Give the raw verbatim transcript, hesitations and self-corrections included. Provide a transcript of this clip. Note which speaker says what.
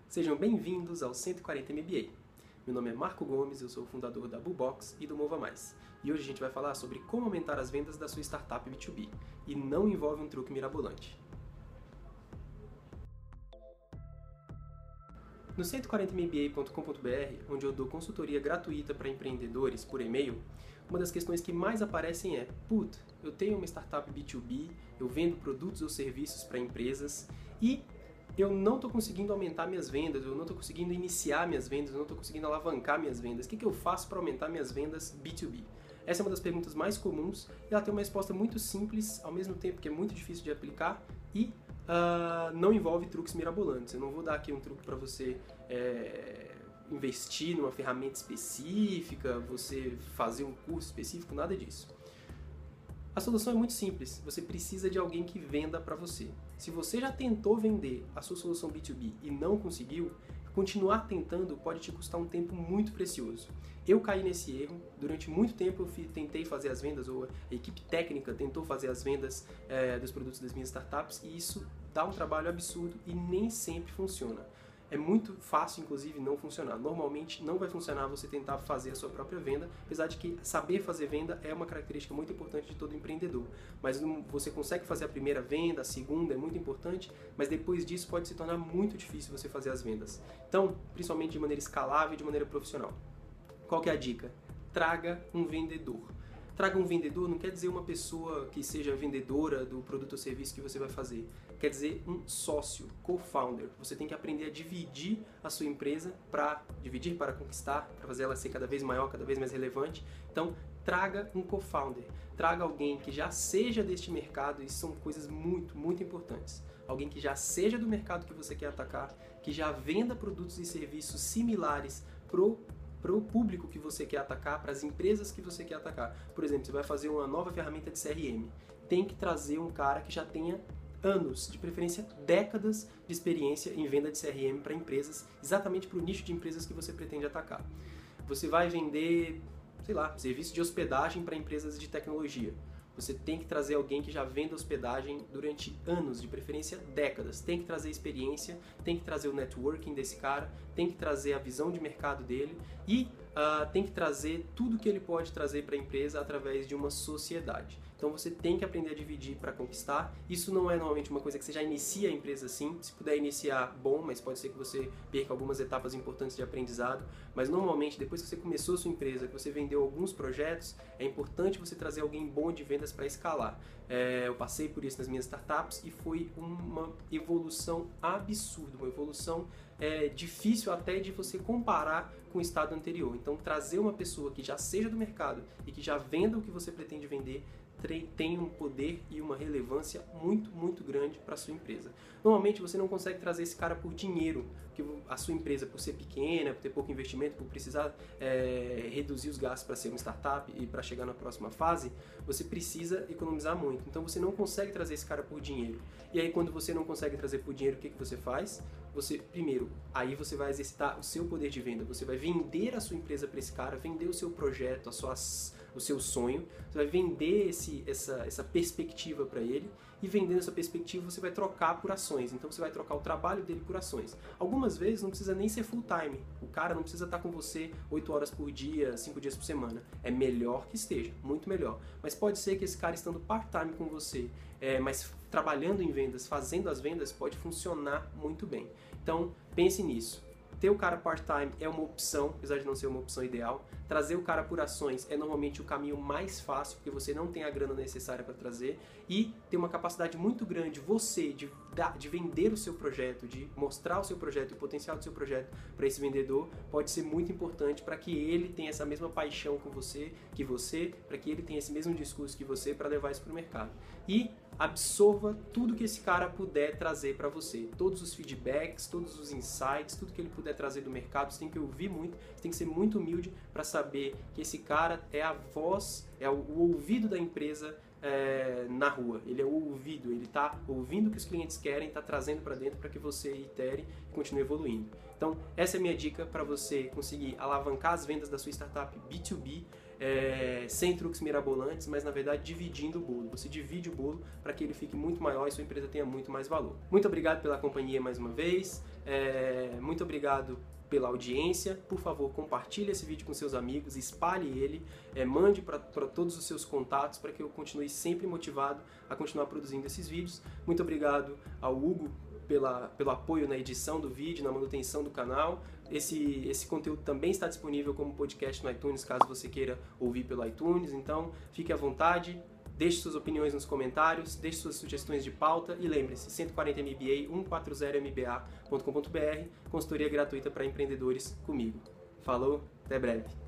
Speaker 1: Sejam bem-vindos ao cento e quarenta M B A. Meu nome é Marco Gomes, eu sou o fundador da Bubox e do Mova Mais. E hoje a gente vai falar sobre como aumentar as vendas da sua startup B dois B. E não envolve um truque mirabolante. No cento e quarenta M B A ponto com ponto B R, onde eu dou consultoria gratuita para empreendedores por e-mail, uma das questões que mais aparecem é: putz, eu tenho uma startup B dois B, eu vendo produtos ou serviços para empresas e eu não estou conseguindo aumentar minhas vendas, eu não estou conseguindo iniciar minhas vendas, eu não estou conseguindo alavancar minhas vendas. O que, que eu faço para aumentar minhas vendas B dois B? Essa é uma das perguntas mais comuns e ela tem uma resposta muito simples, ao mesmo tempo que é muito difícil de aplicar e uh, não envolve truques mirabolantes. Eu não vou dar aqui um truque para você é, investir numa ferramenta específica, você fazer um curso específico, nada disso. A solução é muito simples, você precisa de alguém que venda para você. Se você já tentou vender a sua solução B dois B e não conseguiu, continuar tentando pode te custar um tempo muito precioso. Eu caí nesse erro, durante muito tempo eu tentei fazer as vendas, ou a equipe técnica tentou fazer as vendas é, dos produtos das minhas startups, e isso dá um trabalho absurdo e nem sempre funciona. É muito fácil, inclusive, não funcionar. Normalmente não vai funcionar você tentar fazer a sua própria venda, apesar de que saber fazer venda é uma característica muito importante de todo empreendedor. Mas você consegue fazer a primeira venda, a segunda é muito importante, mas depois disso pode se tornar muito difícil você fazer as vendas. Então, principalmente de maneira escalável e de maneira profissional. Qual que é a dica? Traga um vendedor. Traga um vendedor não quer dizer uma pessoa que seja vendedora do produto ou serviço que você vai fazer. Quer dizer um sócio, co-founder. Você tem que aprender a dividir a sua empresa para dividir para conquistar, para fazer ela ser cada vez maior, cada vez mais relevante. Então, traga um co-founder. Traga alguém que já seja deste mercado. Isso são coisas muito, muito importantes. Alguém que já seja do mercado que você quer atacar, que já venda produtos e serviços similares pro para o público que você quer atacar, para as empresas que você quer atacar. Por exemplo, você vai fazer uma nova ferramenta de C R M. Tem que trazer um cara que já tenha anos, de preferência décadas de experiência em venda de C R M para empresas, exatamente para o nicho de empresas que você pretende atacar. Você vai vender, sei lá, serviço de hospedagem para empresas de tecnologia. Você tem que trazer alguém que já venda hospedagem durante anos, de preferência décadas. Tem que trazer experiência, tem que trazer o networking desse cara, tem que trazer a visão de mercado dele e uh, tem que trazer tudo que ele pode trazer para a empresa através de uma sociedade. Então você tem que aprender a dividir para conquistar. Isso não é normalmente uma coisa que você já inicia a empresa assim. Se puder iniciar, bom, mas pode ser que você perca algumas etapas importantes de aprendizado. Mas normalmente, depois que você começou a sua empresa, que você vendeu alguns projetos, é importante você trazer alguém bom de vendas para escalar. É, eu passei por isso nas minhas startups e foi uma evolução absurda, uma evolução é, difícil até de você comparar com o estado anterior. Então, trazer uma pessoa que já seja do mercado e que já venda o que você pretende vender tem um poder e uma relevância muito, muito grande para a sua empresa. Normalmente você não consegue trazer esse cara por dinheiro, porque a sua empresa, por ser pequena, por ter pouco investimento, por precisar é, reduzir os gastos para ser uma startup e para chegar na próxima fase, você precisa economizar muito. Então você não consegue trazer esse cara por dinheiro. E aí quando você não consegue trazer por dinheiro, o que, que você faz? Você, primeiro, aí você vai exercitar o seu poder de venda, você vai vender a sua empresa para esse cara, vender o seu projeto, a sua, o seu sonho, você vai vender esse, essa, essa perspectiva para ele e vendendo essa perspectiva você vai trocar por ações, então você vai trocar o trabalho dele por ações. Algumas vezes não precisa nem ser full time, o cara não precisa estar com você oito horas por dia, cinco dias por semana, é melhor que esteja, muito melhor, mas pode ser que esse cara estando part-time com você, é, mas trabalhando em vendas, fazendo as vendas, pode funcionar muito bem. Então, pense nisso. Ter o cara part-time é uma opção, apesar de não ser uma opção ideal. Trazer o cara por ações é normalmente o caminho mais fácil, porque você não tem a grana necessária para trazer. E ter uma capacidade muito grande, você, de, de vender o seu projeto, de mostrar o seu projeto e o potencial do seu projeto para esse vendedor, pode ser muito importante para que ele tenha essa mesma paixão com você, que você, para que ele tenha esse mesmo discurso que você, para levar isso para o mercado. E absorva tudo que esse cara puder trazer para você. Todos os feedbacks, todos os insights, tudo que ele puder trazer do mercado, você tem que ouvir muito, você tem que ser muito humilde para saber que esse cara é a voz, é o, o ouvido da empresa é, na rua. Ele é o ouvido, ele está ouvindo o que os clientes querem, está trazendo para dentro para que você itere e continue evoluindo. Então, essa é a minha dica para você conseguir alavancar as vendas da sua startup B dois B, é, sem truques mirabolantes, mas na verdade dividindo o bolo. Você divide o bolo para que ele fique muito maior e sua empresa tenha muito mais valor. Muito obrigado pela companhia mais uma vez. É, muito obrigado pela audiência. Por favor, compartilhe esse vídeo com seus amigos, espalhe ele, é, mande para todos os seus contatos para que eu continue sempre motivado a continuar produzindo esses vídeos. Muito obrigado ao Hugo pela, pelo apoio na edição do vídeo, na manutenção do canal. Esse, esse conteúdo também está disponível como podcast no iTunes, caso você queira ouvir pelo iTunes. Então, fique à vontade. Deixe suas opiniões nos comentários, deixe suas sugestões de pauta e lembre-se, cento e quarenta M B A, cento e quarenta M B A ponto com ponto B R, consultoria gratuita para empreendedores comigo. Falou, até breve!